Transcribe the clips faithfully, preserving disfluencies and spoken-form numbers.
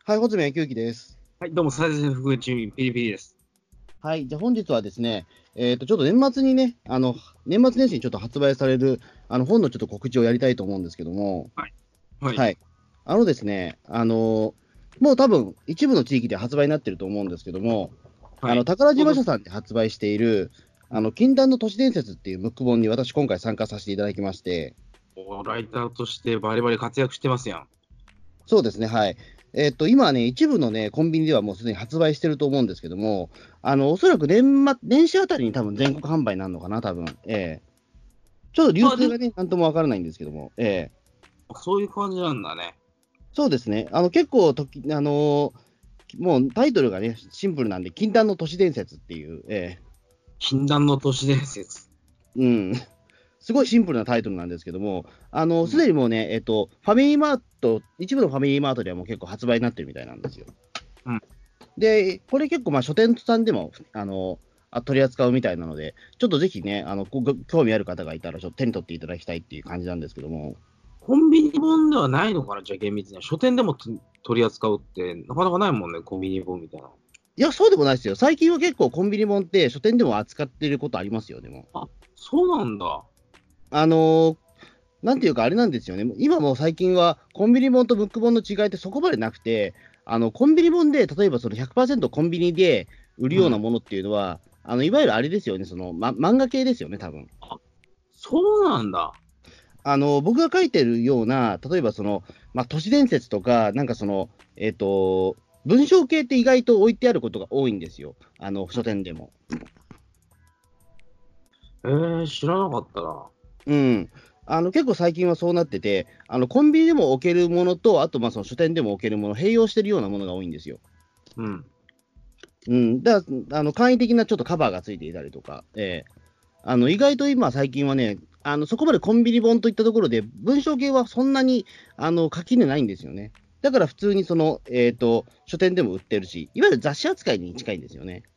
はい、穂積昭之です。 はい、どうも、再生副チームピリピリです。 はい、じゃあ本日はですね、えっと、ちょっと年末にね、あの、年末年始にちょっと発売される、あの、本のちょっと告知をやりたいと思うんですけども、 はい。はい。 はい。あのですね、あの、もう多分、一部の地域で発売になってると思うんですけども、あの、 はい。 宝そうです。 島社さんで発売している、 うん。 あの、禁断の都市伝説っていうムック本に私今回参加させていただきまして、 おライターとしてバリバリ活躍してますやん。 そうですね、はい。えっと、今はね、一部のね、コンビニではもうすでに発売してると思うんですけども、あの、おそらく年末、年始あたりに多分全国販売になるのかな、多分。ええちょっと流あ、で、 通がね、なんともわからないんですけども、ええそういう感じなんだね。 そうですね。あの、結構とき、あのーもうタイトルがね、シンプルなんで、禁断の都市伝説っていう、え禁断の都市伝説。 えうん。すごいシンプルなタイトルなんですけども、あの、すうん。 でにもうね、えっと、ファミリーマート、一部のファミリーマートではもう結構発売になってるみたいなんですよ。 うん。 で、これ結構、まあ、書店さんでも、あの、あ取り扱うみたいなので、ちょっとぜひね、あの、ごご興味ある方がいたら、ちょっと手に取っていただきたいっていう感じなんですけども。 コンビニ本ではないのかな、じゃあ厳密には。書店でもと取り扱うって、なかなかないもんね、コンビニ本みたいな。 いや、そうでもないですよ。最近は結構コンビニ本って書店でも扱っていることありますよ、でも。 あ、そうなんだ。 あのーなんていうかあれなんですよね。今もう最近はコンビニ本とブック本の違いってそこまでなくて、あの、コンビニ本で、例えばそのひゃくパーセントコンビニで売るうん。 ようなものっていうのは、あの、いわゆるあれですよね、その、ま、漫画系ですよね、多分。 あ、そうなんだ。 あの、僕が書いてるような、例えばその、まあ、都市伝説とか、なんかその、えっと、文章系って意外と置いてあることが多いんですよ。あの、書店でも。 えー、知らなかったな。 うん。あの、結構最近はそうなってて、あの、コンビニでも置けるものと、あと、まあ、その書店でも置けるもの、併用してるようなものが多いんですよ。 うん。 うん。だから、あの、簡易的なちょっとカバーがついていたりとか、えーあの、意外と今最近はね、あの、そこまでコンビニ本といったところで、文章系はそんなに、あの、垣根ないんですよね。だから普通にその、えっと、書店でも売ってるし、いわゆる雑誌扱いに近いんですよね。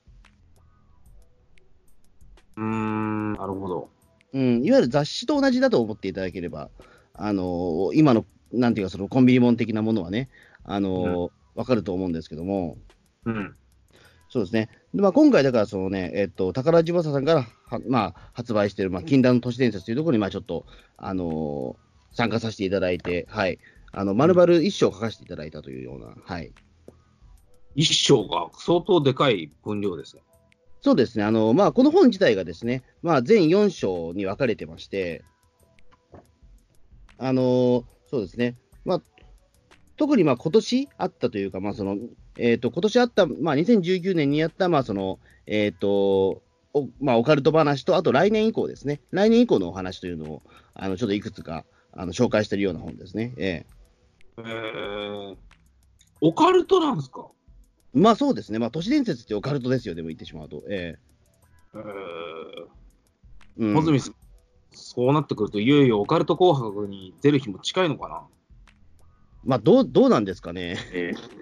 うーん、なるほど。 うん。いわゆる雑誌と同じだと思っていただければ、あの、今の、なんていうか、そのコンビニ本的なものはね、あうん。 の、わかると思うんですけども、 うん。 そうですね。で、まあ、今回、だからそのね、えっと、宝島さんからは、まあ、発売している、まあ、禁断の都市伝説というところに、まあ、ちょっと、あのー参加させていただいて、はい。あの、 うん。 丸々一章書かせていただいたというような、はい。 一章が相当でかい分量ですね。 そうですね。あの、まあ、この本自体がですね、まあ、全よん章に分かれてまして、あのーそうですね。まあ、特にまあ今年あったというか、まあそのえー、と今年あった、まあ、にせんじゅうきゅうねんにやった、まあそのえーとおまあ、オカルト話と、あと来年以降ですね、来年以降のお話というのを、あのちょっといくつかあの紹介しているような本ですね。ええー、オカルトなんですか？ ー、まあそうですね、まあ、都市伝説ってオカルトですよ、でも言ってしまうと。ええー、 ーうん、 穂積さん、そうなってくると、いよいよオカルト紅白に出る日も近いのかな？ まあどう、どうなんですかね。 えー、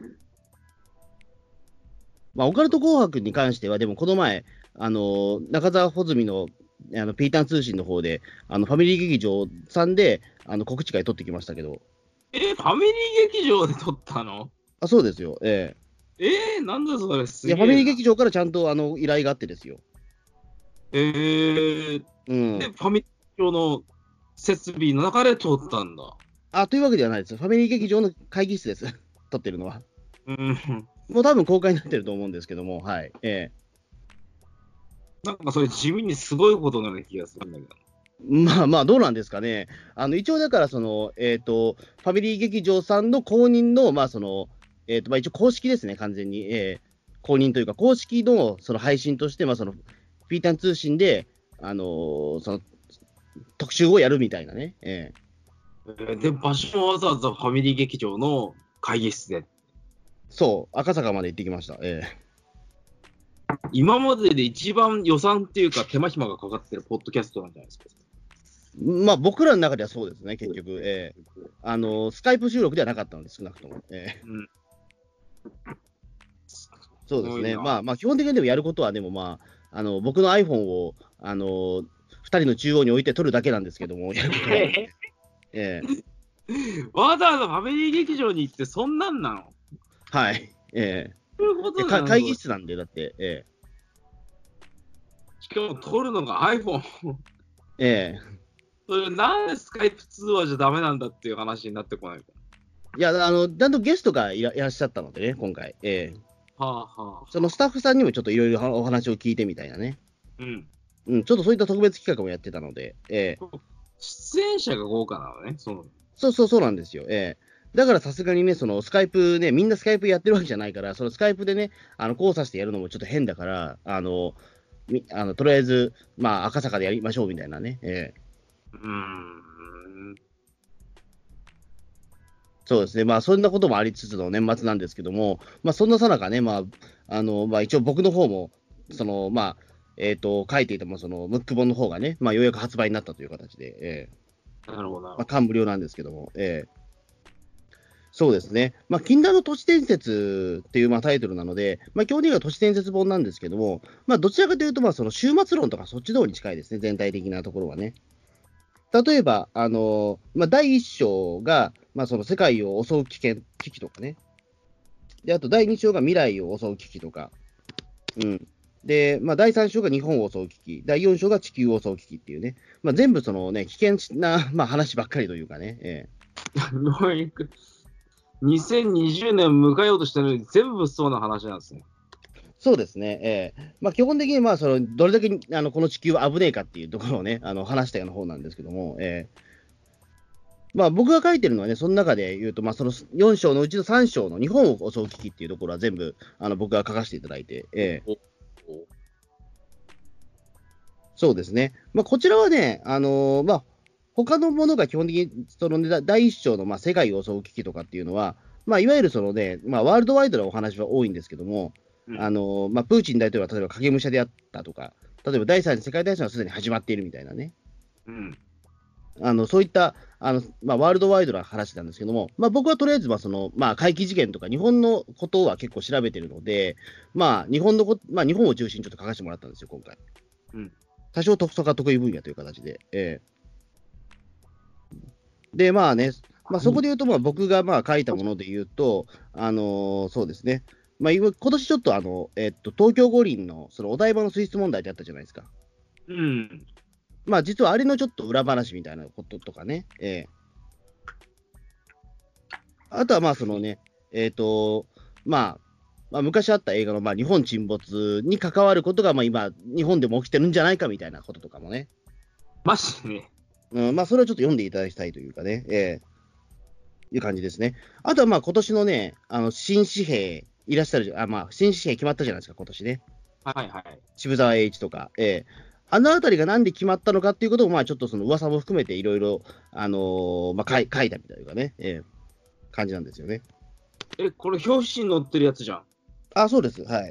まあ、オカルト紅白に関しては、でもこの前、あの中澤穂積のあのピーターン通信の方で、あのファミリー劇場さんであの告知会取ってきましたけど、 えー、ファミリー劇場で撮ったの？ あ、そうですよ。えええー、なんだそれ、 いや、ファミリーすげえな。 劇場からちゃんとあの依頼があってですよ。 えー、で、 うん。 ファミリー劇場の設備の中で撮ったんだ。 あ、というわけではないです。ファミリー劇場の会議室です。撮ってるのは。 うん、 もう多分公開になってると思うんですけども、はい。えなんかそれ地味にすごいことのような気がするんだけど。 えまあまあ、どうなんですかね。あの、一応だから、その、えっと、ファミリー劇場さんの公認の、まあ、その、えっと、まあ一応公式ですね、完全に。えー公認というか、公式のその配信として、まあ、その、ピータン通信で、あのーその、特集をやるみたいなね。えええーで、場所もわざわざファミリー劇場の会議室で。 そう、赤坂まで行ってきました。ええ今までで一番予算っていうか手間暇がかかってるポッドキャストなんじゃないですか。 まあ、僕らの中ではそうですね、結局。えーあのスカイプ収録ではなかったので、少なくとも。えーうん。 そうですね。 すごいな。 まあ、まあ、基本的にでもやることは、でもまあ、あの僕の iPhone を、あのふたりの中央に置いて撮るだけなんですけども、やることは。えーわざわざファミリー劇場に行ってそんなんなの？ はい。えそういうこえとなの。 会議室なんで、だって、えしかも撮るのが iPhone。 えええそれなんでスカイプ通話じゃダメなんだっていう話になってこないか。 いや、あの、だんとゲストがいらいらっしゃったのでね、今回。ええはあはあはあ。 そのスタッフさんにもちょっといろいろお話を聞いてみたいなね。 うん。 うん、ちょっとそういった特別企画もやってたので、ええ出演者が豪華なのね。そう。 そうそうそうなんですよ。ええだからさすがにね、そのスカイプね、みんなスカイプやってるわけじゃないから、そのスカイプでね、あの交差してやるのもちょっと変だから、あの、みあのとりあえず、まあ、赤坂でやりましょうみたいなね。ええうーん。 そうですね、まあ、そんなこともありつつの年末なんですけども、まあ、そんなさなかね、まあ、あの、まあ、一応僕の方も、その、まあ、えっ、と、書いていたもその、ムック本の方がね、まあ、ようやく発売になったという形で、ええなるほど、なるまあ、 ほど。 感無量なんですけども、ええそうですね、まあ、禁断の都市伝説っていうまあタイトルなので、まあ、基本的には都市伝説本なんですけども、まあ、どちらかというと、まあ、その終末論とかそっちの方に近いですね、全体的なところはね。例えば、あのまあ、だいいっ章が、まあ、その世界を襲う危険、危機とかね。で、あとだいに章が未来を襲う危機とか。うん。で、まあ、だいさん章が日本を襲う危機、だいよん章が地球を襲う危機っていうね、まあ、全部そのね、危険な、まあ、話ばっかりというかね、えにせんにじゅうねん迎えようとしてるのに全部そうな話なんですね。 そうですね、ええまあ、基本的にまあそのどれだけあのこの地球は危ねえかっていうところをね、あの話したような方なんですけども、ええまあ、僕が書いてるのはね、その中で言うと、まあ、そのよん章のうちのさん章の日本を襲う危機っていうところは全部あの僕が書かせていただいて、ええおおそうですね、まあ、こちらはね、あのーまあ、他のものが基本的にその、ね、だ第一章のまあ世界を襲う危機とかっていうのは、まあ、いわゆるその、ねまあ、ワールドワイドなお話は多いんですけども、 うんあのーまあ、プーチン大統領は例えば影武者であったとか、例えば第三次世界大戦はすでに始まっているみたいなね、 うんあのそういったあの、まあ、ワールドワイドな話なんですけども、まあ、僕はとりあえずまあその、まあ、怪奇事件とか日本のことは結構調べてるので、まあ、日本のこ、まあ、日本を中心にちょっと書かせてもらったんですよ、今回。 うん多少特殊か得意分野という形で。えーで、まあね、まあ、そこで言うと、まあ僕がまあ書いたもので言うと、あのーそうですね、まあ、今今年ちょっとあの、えっと、東京五輪のそのお台場の水質問題ってあったじゃないですか。 うんまあ、実はあれのちょっと裏話みたいなこととかね、えーあとはまあそのね、えっ、と、まあ、まあ、昔あった映画の、まあ、日本沈没に関わることが、まあ、今、日本でも起きてるんじゃないかみたいなこととかもね、 マジでね。 うんまあ、それをちょっと読んでいただきたいというかね、えーいう感じですね。あとはまあ今年のね、あの新紙幣いらっしゃるじゃあ、まあ、新紙幣決まったじゃないですか、今年ね。 はいはい。 渋沢栄一とか、えーあのあたりがなんで決まったのかっていうことを、まあちょっとその噂も含めていろいろ、あのーまあ、書い書いたみたいというかね、えー感じなんですよね。 え、これ表紙に載ってるやつじゃん。 あ、そうです、はい。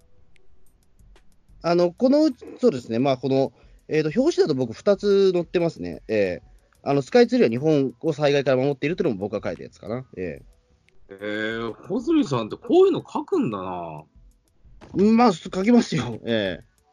あの、このうち、そうですね、まあこの、えーと、表紙だと僕ふたつ載ってますね。えーあのスカイツリーは日本を災害から守っているというのも僕が書いたやつかな。ええー、穂積さんってこういうの書くんだな。 ーまあ、書きますよ。えー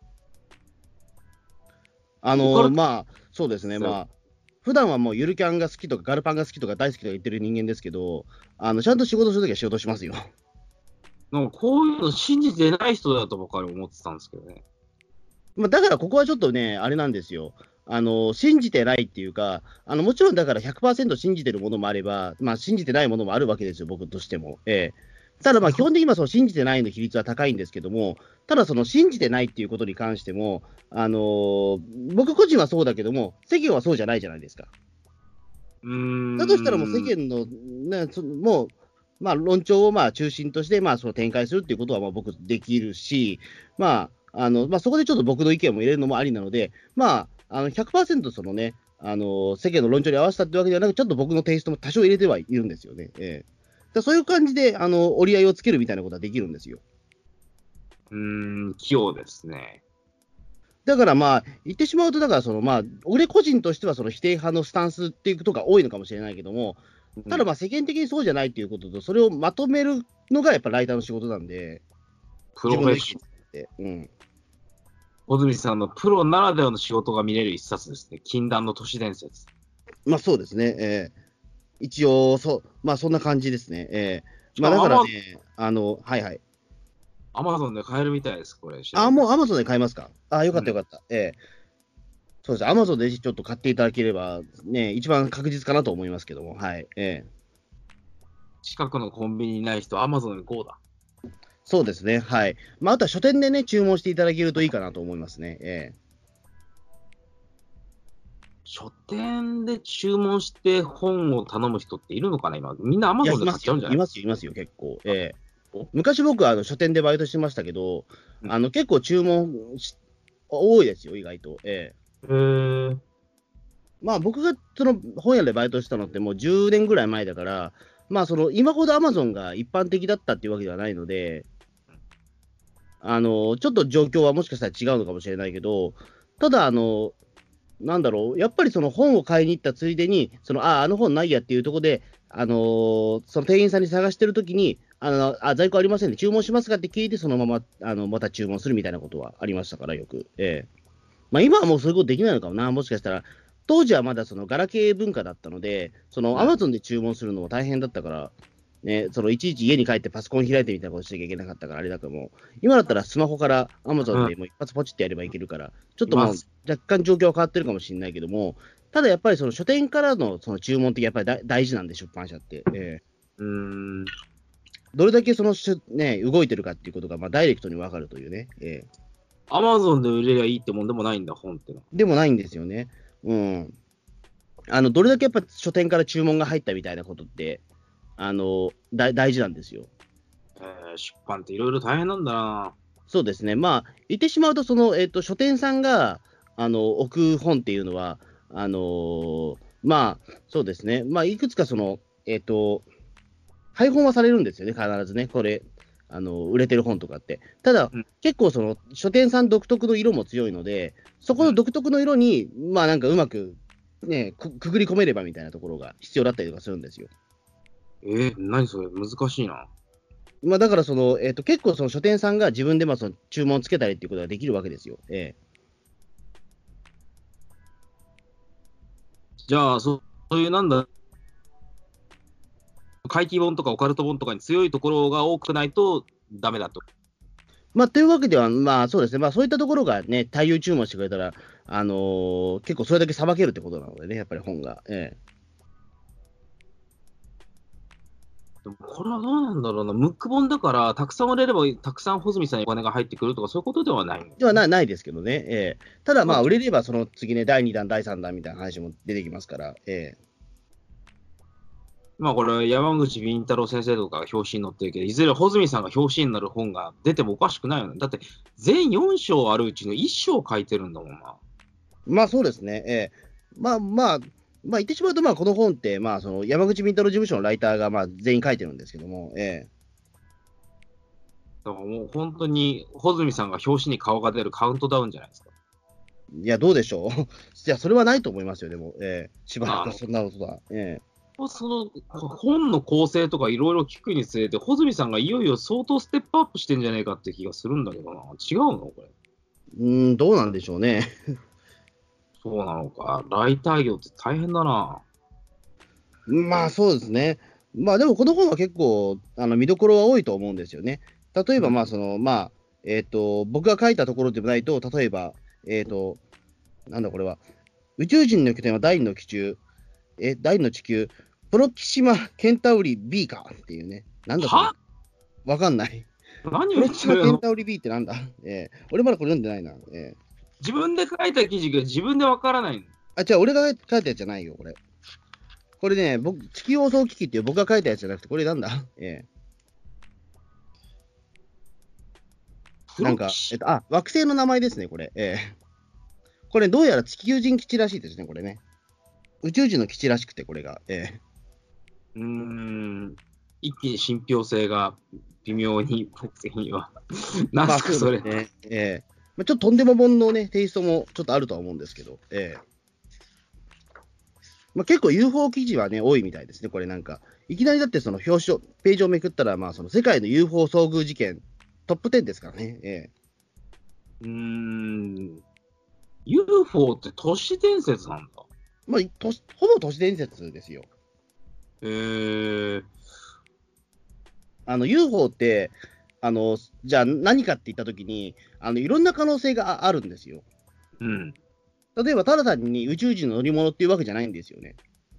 あの他のーまあ、そうですね、まあ、普段はもうゆるキャンが好きとか、ガルパンが好きとか大好きとか言ってる人間ですけど、あのちゃんと仕事するときは仕事しますよ。 なんかこういうの信じてない人だと僕は思ってたんですけどね。 まあ、だからここはちょっとね、あれなんですよ。あの信じてないっていうか、あのもちろんだからひゃくパーセント信じてるものもあれば、まあ、信じてないものもあるわけですよ、僕としても。ええただ、まあ基本的にはその信じてないの比率は高いんですけども、ただ、その信じてないっていうことに関しても、あのー僕個人はそうだけども、世間はそうじゃないじゃないですか。 うーん。 だとしたらもう世間の、ね、そもう、まあ、論調をまあ中心として、まあ、その展開するっていうことはまあ僕できるし、まああのまあ、そこでちょっと僕の意見も入れるのもありなので、まあ、あのひゃくパーセントそのね、あの世間の論調に合わせたってわけではなく、ちょっと僕のテイストも多少入れてはいるんですよね。ええだそういう感じであの折り合いをつけるみたいなことはできるんですよ。 うーん、器用ですね。 だからまあ、言ってしまうと、だからそのまあ、俺個人としてはその否定派のスタンスっていうことが多いのかもしれないけども、ただまあ世間的にそうじゃないっていうことと、それをまとめるのがやっぱライターの仕事なんで、 プロフェッショナル。 でうん、 穂積さんのプロならではの仕事が見れる一冊ですね。禁断の都市伝説。 まあそうですね、えー一応、そう、まあそんな感じですね。えー、 しかもアマ、 まあだからね、あの、はいはい。 アマゾンで買えるみたいです、これ、調あ、 べたら。 もうアマゾンで買いますか？あ、よかうん。 ったよかった。えー、そうです。アマゾンでちょっと買っていただければ、ね、一番確実かなと思いますけども、はい。えー、 近くのコンビニにない人はアマゾンに ゴー だ。 そうですね。はい。まああとは書店でね、注文していただけるといいかなと思いますね。え書店で注文して本を頼む人っているのかな、今。みんなアー、いや、 マゾンでいますよ。 買っちゃうんじゃない？ いますよ、いますよ、結構。 あ、 えー、 お昔僕はあの書店でバイトしてましたけど、 うん。 あの結構注文し多いですよ、意外と。えーへー。 まあ僕がその本屋でバイトしたのってもうじゅうねんぐらい前だから、まあその今ほどアマゾンが一般的だったっていうわけではないので、あの、ちょっと状況はもしかしたら違うのかもしれないけど、ただあの、なんだろう、やっぱりその本を買いに行ったついでに、その、ああ、あの本ないやっていうところで、あのーその店員さんに探してるときに、あの、あ、在庫ありませんね、注文しますかって聞いて、そのまま、あの、また注文するみたいなことはありましたから、よく。ええ、まあ、今はもうそういうことできないのかもな、もしかしたら、当時はまだそのガラケー文化だったので、そのうん。 アマゾンで注文するのも大変だったから、ね、そのいちいち家に帰ってパソコン開いてみたいなことしなきゃいけなかったから、あれだけども、今だったらスマホからアマゾンうん。 でもう一発ポチってやればいけるから、ちょっともういます。 若干状況は変わってるかもしれないけども、ただやっぱりその書店からのその注文ってやっぱり大大事なんで、出版社って。えーうーん。 どれだけそのしゅ、ね、動いてるかっていうことが、まあ、ダイレクトに分かるというね。えーアマゾンで売れりゃいいってもんでもないんだ、本ってのは。 でもないんですよね。うん。あの、どれだけやっぱ書店から注文が入ったみたいなことって、あの、だ大事なんですよ。 えー出版っていろいろ大変なんだな。 そうですね。まあ、言ってしまうと、その、えっと、書店さんが、あの、置く本っていうのは、あのーまあ、そうですね。まあ、いくつかその、えっと、配本はされるんですよね、必ずね。これ、あの、売れてる本とかって。ただ、 うん。 結構その、書店さん独特の色も強いので、そこうん。 の独特の色に、まあ、なんかうまく、ね、くくぐり込めればみたいなところが必要だったりとかするんですよ。 えー、何それ、難しいな。 まあ、だからその、えっと、結構その書店さんが自分でまあその注文つけたりっていうことができるわけですよ。ええ、 じゃあ、そそういうなんだ、怪奇本とかオカルト本とかに強いところが多くないとダメだと。 まあ、というわけでは、まあそうですね、まあそういったところがね、対応注文してくれたら、あのー結構それだけさばけるってことなのでね、やっぱり本が。ええ、 でもこれはどうなんだろうな。ムック本だから、たくさん売れれば、たくさん穂積さんにお金が入ってくるとか、そういうことではないんだよね。 ではなないですけどね。ええ、ただまあ、 まあ、売れればその次ね、だいにだん、だいさんだんみたいな話も出てきますから、ええ、 まあこれ、山口敏太郎先生とかが表紙に載ってるけど、いずれ穂積さんが表紙になる本が出てもおかしくないよね。だって、全よん章あるうちのいっ章書いてるんだもんな。 まあそうですね。ええ、まあまあ、まあ言ってしまうと、まあこの本って、まあその山口敏太郎事務所のライターがまあ全員書いてるんですけども、ええ、 だからもう本当に、穂積さんが表紙に顔が出るカウントダウンじゃないですか。 いや、どうでしょう。いや、それはないと思いますよ、でも、ええ、しばらあの、 くそんなことは。ええ、 その本の構成とかいろいろ聞くにつれて、穂積さんがいよいよ相当ステップアップしてんじゃねえかって気がするんだけどな。違うのこれ。 うーん、どうなんでしょうね。 そうなのか。ライター業って大変だな。 まあそうですね。まあでもこの本は結構あの見どころは多いと思うんですよね。例えばうん。 まあそのまあえっ、と僕が書いたところでもないと、例えばえっ、となんだこれは宇宙人の拠点は第二の地球、え第二の地球プロキシマケンタウリ B かっていうね。なんだそれ、 はわかんない。 何を言っプロキシマてるの？ ケンタウリ B ってなんだ。えー俺まだこれ読んでないな。えー自分で書いた記事が自分でわからないの。 あ、違う、俺が書いたやつじゃないよ、これ。これね、僕、地球放送機器っていう僕が書いたやつじゃなくて、これなんだ。えープなんか、えっロ棋士。 と、あ、惑星の名前ですね、これ。えーこれ、どうやら地球人基地らしいですね、これね。宇宙人の基地らしくて、これが。えうーん。一気に信憑性が微妙に、僕的には。 ーなんまあ、そうすかそれ。 ですね。えーまあ、ちょっととんでも本のね、テイストもちょっとあるとは思うんですけど、えーまあ、結構 ユーフォー 記事はね、多いみたいですね、これなんか。いきなりだってその表紙を、ページをめくったら、まあ、その世界の ユーフォー 遭遇事件、トップじゅうですからね。えうーん。ユーフォー って都市伝説なんだ。 ーまあ、とほぼ都市伝説ですよ。 えー、 あの ユーフォー って、あのじゃあ何かって言ったときにあの、いろんな可能性がああるんですよ。 うん。 例えば、ただ単に宇宙人の乗り物っていうわけじゃないんですよね。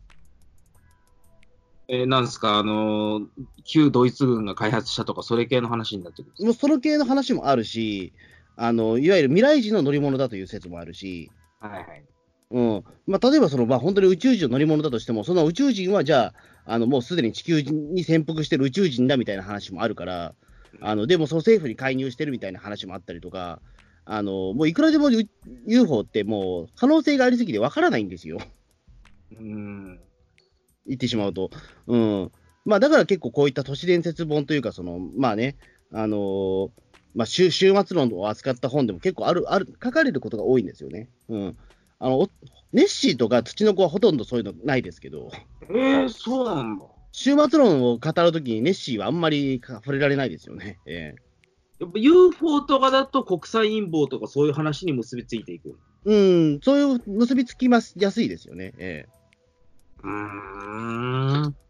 えー、なんですか、あのー旧ドイツ軍が開発したとか、それ系の話になってくるんですか？ もうその系の話もあるし、あのいわゆる未来人の乗り物だという説もあるし、 はいはい。 うんまあ、例えばその、まあ、本当に宇宙人の乗り物だとしても、その宇宙人はじゃあ、あのもうすでに地球に潜伏してる宇宙人だみたいな話もあるから、あのでもその政府に介入してるみたいな話もあったりとか、あのもういくらでも ユーフォー ってもう可能性がありすぎてわからないんですよ、 うーん。 言ってしまうと。うんまあ、だから結構こういった都市伝説本というか、そのまあね、あのーまあ、終終末論を扱った本でも結構ある、ある、書かれることが多いんですよね。うんあのおネッシーとか土の子はほとんどそういうのないですけど、 えー、そうなんだ。 終末論を語るときにネッシーはあんまり触れられないですよね。えやっぱ ユーフォー とかだと国際陰謀とかそういう話に結びついていく。 えうん、そういう結びつきますやすいですよね。ええうーん。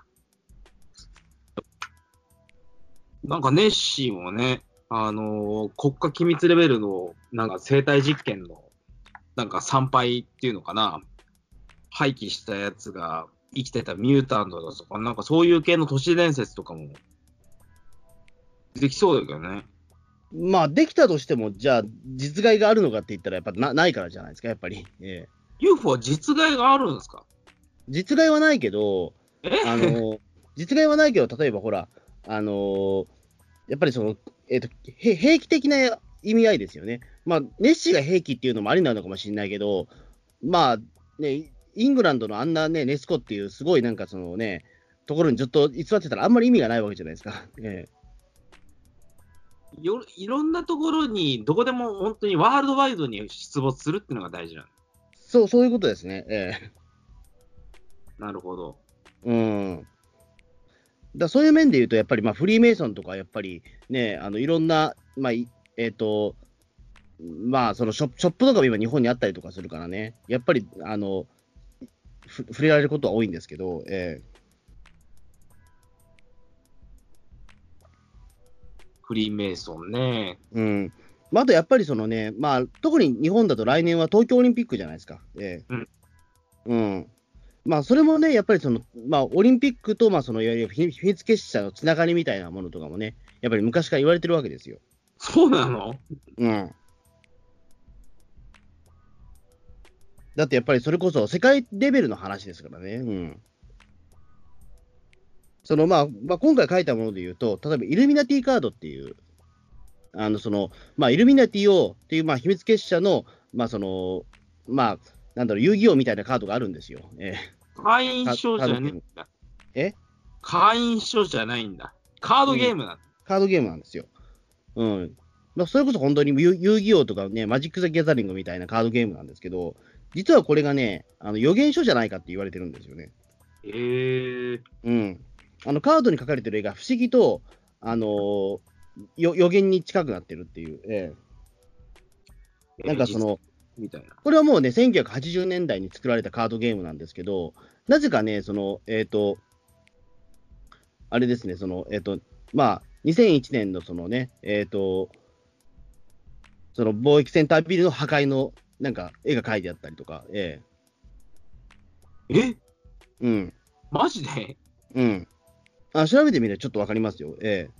なんかネッシーもね、あのー国家機密レベルのなんか生体実験のなんか参拝っていうのかな、廃棄したやつが生きてたミュータントだとか、なんかそういう系の都市伝説とかもできそうだけどね。 まあ、できたとしても、じゃあ、実害があるのかって言ったら、やっぱなないからじゃないですか、やっぱり。ええユーフォー は実害があるんですか？ 実害はないけど、 えあの、実害はないけど、例えばほら、あのやっぱりその、えっと、へ兵器的な意味合いですよね。まあ、ネッシーが兵器っていうのもありなのかもしれないけど、まあ、ね、イングランドのあんなね、ネスコっていうすごいなんかそのね、ところにずっと居座ってたらあんまり意味がないわけじゃないですか。ええよいろんなところに、どこでも本当にワールドワイドに出没するっていうのが大事なの。 そう、そういうことですね。ええなるほど。 うん。だそういう面で言うと、やっぱりまあフリーメイソンとか、やっぱりね、あのいろんな、まあ、いえっ、と、まあ、そのショップショップとかも今、日本にあったりとかするからね、やっぱりあのふ触れられることは多いんですけど、えフリーメイソンね。 ーうんまあ、あとやっぱりそのね、まあ、特に日本だと来年は東京オリンピックじゃないですか。えうん。 ーうんまあ、それもね、やっぱりその、まあ、オリンピックと、まあ、そのいわゆる秘秘密結社のつながりみたいなものとかもね、やっぱり昔から言われてるわけですよ。 そうなの？ うん、だってやっぱりそれこそ世界レベルの話ですからね。うんそのまあまあ、今回書いたもので言うと、例えばイルミナティカードっていう、あのそのまあ、イルミナティをっていうまあ秘密結社の、まあそのまあ、なんだろう、遊戯王みたいなカードがあるんですよ。え会員ー、カ証じゃねえんカードゲーム。 だ。 え会員証じゃないんだ。カードうん、 ゲームなんだ。 カードゲームなんですよ。うんまあ、それこそ本当に遊遊戯王とかね、マジック・ザ・ギャザリングみたいなカードゲームなんですけど、実はこれがね、あの予言書じゃないかって言われてるんですよね。 えー、 うん、あのカードに書かれてる絵が不思議と、あのーよ予言に近くなってるっていう、ええなえー、実んかその、 みたいな。 これはもうね、せんきゅうひゃくはちじゅうねんだいに作られたカードゲームなんですけど、なぜかね、その、えっ、と、あれですね、その、えっ、と、まあ、にせんいちねんのそのね、えっ、と、その貿易センタービルの破壊のなんか絵が描いてあったりとか、えええうん、 マジで？ うん。あ調べてみればちょっとわかりますよ。ええ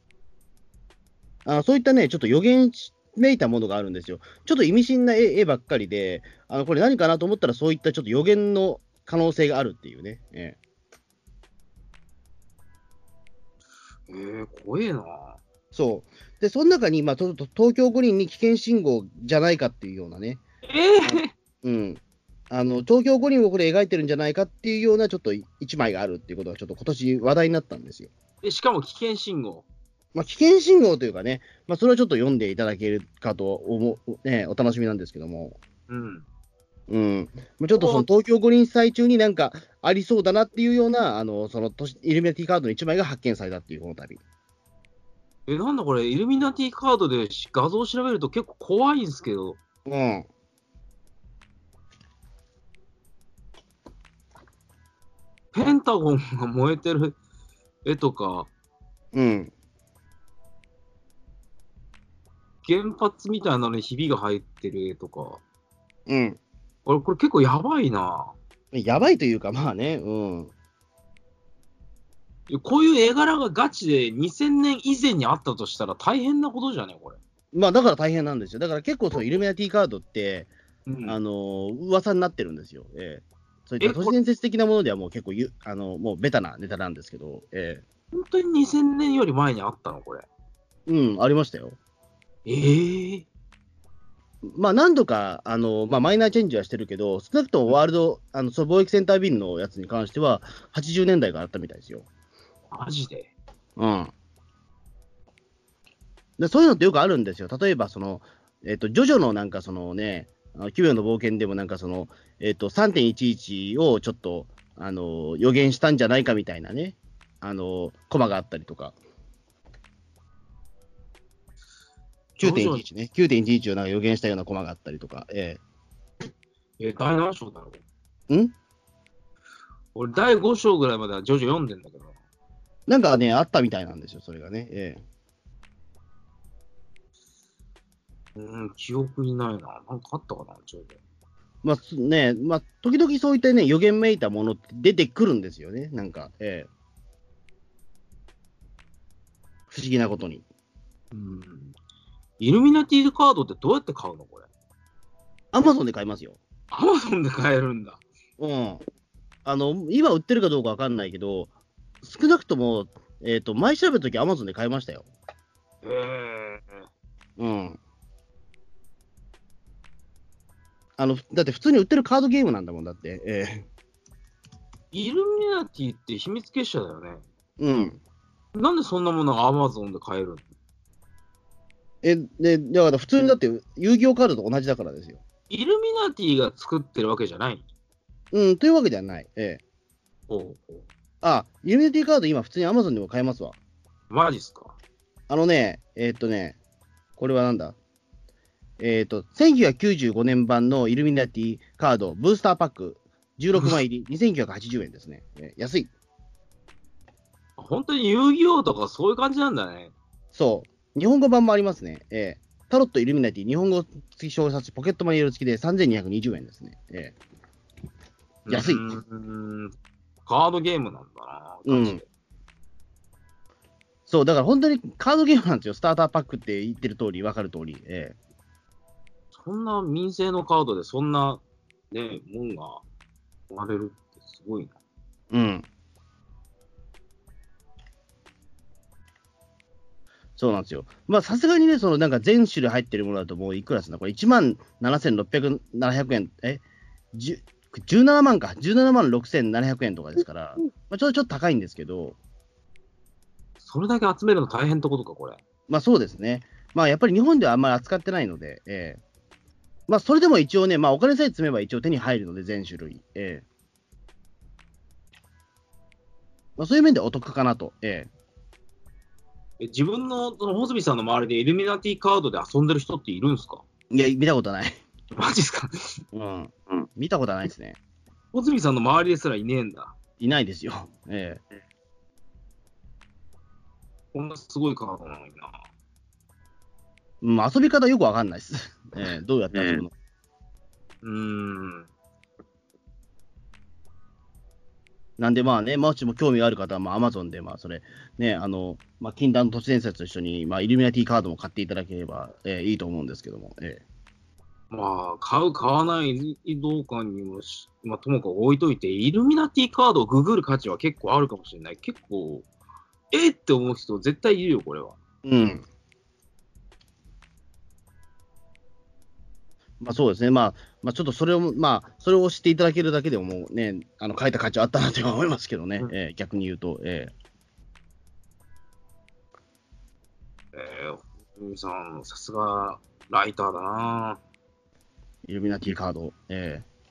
あそういったね、ちょっと予言めいたものがあるんですよ。ちょっと意味深な絵絵ばっかりで、あのこれ何かなと思ったら、そういったちょっと予言の可能性があるっていうね。えええー、怖えな。 そう。で、その中に、まあ、とと東京五輪に危険信号じゃないかっていうようなね、 えあー、 うん。あの、東京五輪をこれ描いてるんじゃないかっていうようなちょっと一枚があるっていうことがちょっと今年話題になったんですよ。 えしかも危険信号。 まあ、危険信号というかね、まあ、それはちょっと読んでいただけるかと思う、ね、お楽しみなんですけども、 うん。 うん。まあちょっとそおの東京五輪祭中になんかありそうだなっていうような、あの、その都市イルミナティカードの一枚が発見されたっていうこの度。 え、なんだこれ、イルミナティカードで画像を調べると結構怖いんですけど。 うん。 ペンタゴンが燃えてる絵とか、 うん。 原発みたいなのにひびが入ってる絵とか、 うん。 これ、これ結構やばいな。 やばいというか、まあね、うん。 こういう絵柄がガチでにせんねん以前にあったとしたら大変なことじゃねこれ。 まあ、だから大変なんですよ。だから結構、そのイルミナティカードって、 うん、 あの、噂になってるんですよ。ええ。そういっえ、 た都市これ、 伝説的なものではもう結構ゆ、あの、もうベタなネタなんですけど、ええ。 本当ににせんねんより前にあったのこれ。 うん、ありましたよ。 えー、 まあ、何度か、あの、まあ、マイナーチェンジはしてるけど、少なくともワールド、あの、そう貿易センタービルのやつに関しては、はちじゅうねんだいがあったみたいですよ。 マジで。 うん。で、そういうのってよくあるんですよ。例えば、その、えっと、ジョジョのなんかそのね、あの奇妙の冒険でもなんかその、えっと、さんてんいちいちをちょっと、あの、予言したんじゃないかみたいなね、あの、コマがあったりとか、 徐々に、 きゅうてんいちいちね、きゅうてんいちいちをなんか予言したようなコマがあったりとか、ええ、第何章だろう。 えん俺、だいご章ぐらいまでは徐々読んでんだけど。 なんかね、あったみたいなんですよ、それがね。ええうん、記憶にないな。なんかあったかな、徐々。 まあすね、まあ、時々そういったね、予言めいたものって出てくるんですよね、なんか、ええ不思議なことに。 うん。イルミナティカードってどうやって買うのこれ。 アマゾンで買いますよ。 アマゾンで買えるんだ。 うん。あの、今売ってるかどうかわかんないけど、少なくとも、えっと、前調べたときアマゾンで買いましたよ。 へえ。 うん。あの、だって普通に売ってるカードゲームなんだもんだって。えイルミナティって秘密結社だよね。 えうん。 なんでそんなものがアマゾンで買えるの。 え、で、だから普通にだって遊戯王カードと同じだからですよ。 イルミナティが作ってるわけじゃない。 うん、というわけではない。ええほうほう。 あ、ユニティカード今普通にアマゾンでも買えますわ。 マジっすか。 あのね、えーっとね、これはなんだえーっと、せんきゅうひゃくきゅうじゅうごねん版のイルミナティカードブースターパックじゅうろくまい入りにせんきゅうひゃくはちじゅうえんですね。えー安い。 本当に遊戯王とかそういう感じなんだね。 そう。日本語版もありますね。えータロットイルミナティ日本語付き小冊子ポケットマニュアル付きでさんぜんにひゃくにじゅうえんですね。えー安い。 うーん。カードゲームなんだな。 うんガチで。 そう、だから本当にカードゲームなんですよ。スターターパックって言ってる通り、わかる通り。えそんな民生のカードでそんな、ね、もんが生まれるってすごいな。 ーうん。そうなんですよ。まあ、さすがにね、そのなんか全種類入ってるものだともういくらすんだこれいちまんななせんろっぴゃく、ななひゃくえん、え、じゅじゅうななまんか、じゅうななまんろくせんななひゃくえんとかですから、まあ、ちょっとちょっと高いんですけど、 それだけ集めるの大変ってことか、これ。 まあそうですね。まあやっぱり日本ではあんまり扱ってないので、ええまあそれでも一応ね、まあお金さえ積めば一応手に入るので、全種類。ええまあそういう面でお得かなと。えええ自分の、その、穂積さんの周りでイルミナティカードで遊んでる人っているんですか。 いや、見たことない。 マジっすか。 うん。見たことないですね。 穂積さんの周りですらいねえんだ。 いないですよ。ええこんなすごいカードなのにな。 うん、遊び方よくわかんないです。ええどうやって遊ぶの、 うーん。 なんでまあね、もしも興味がある方は、まあ、アマゾンで、まあ、それ、ね、あの、まあ、禁断の都市伝説と一緒に、まあ、イルミナティカードも買っていただければ、えーいいと思うんですけども、えまあ、買う、買わないどうかにもし、まあ、ともかく置いといて、イルミナティカードをググる価値は結構あるかもしれない。結構、えーって思う人絶対いるよ、これは。 ーうん。まあ、そうですね、まあ、まあ、ちょっとそれを、まあ、それを知っていただけるだけでも、もうね、あの、書いた価値はあったなとは思いますけどね、 うん、 えー逆に言うと、ええー、穂積さん、さすがライターだな。 ーイルミナティカード、えー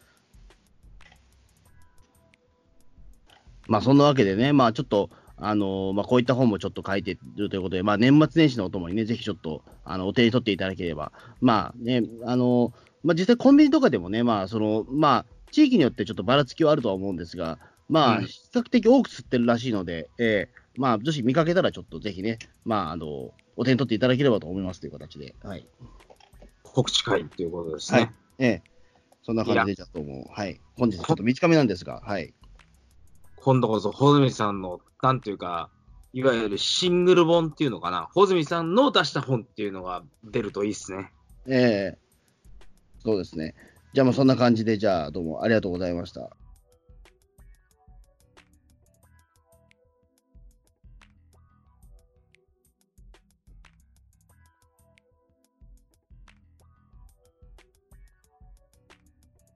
まあ、そんなわけでね、まあ、ちょっと、あのーまあ、こういった本もちょっと書いてるということで、まあ、年末年始のお供にね、ぜひちょっと、あの、お手に取っていただければ、まあね、あのーまあ、実際コンビニとかでもね、まあ、その、まあ、地域によってちょっとばらつきはあるとは思うんですが、 まあ、 うん比較的多く吸ってるらしいので、えーまあ、女子見かけたらちょっとぜひね、まあ、あの、お手に取っていただければと思いますという形で、はい。 告知会っていうことですはい。 ね。 ええそんな感じで、じゃあどうも、はい。本日ちょっと短めなんですが、はい。 今度こそ、穂積さんの、なんていうか、いわゆるシングル本っていうのかな、穂積さんの出した本っていうのが出るといいですね。 ええそうですね。じゃあもうそんな感じで、じゃあどうもありがとうございました。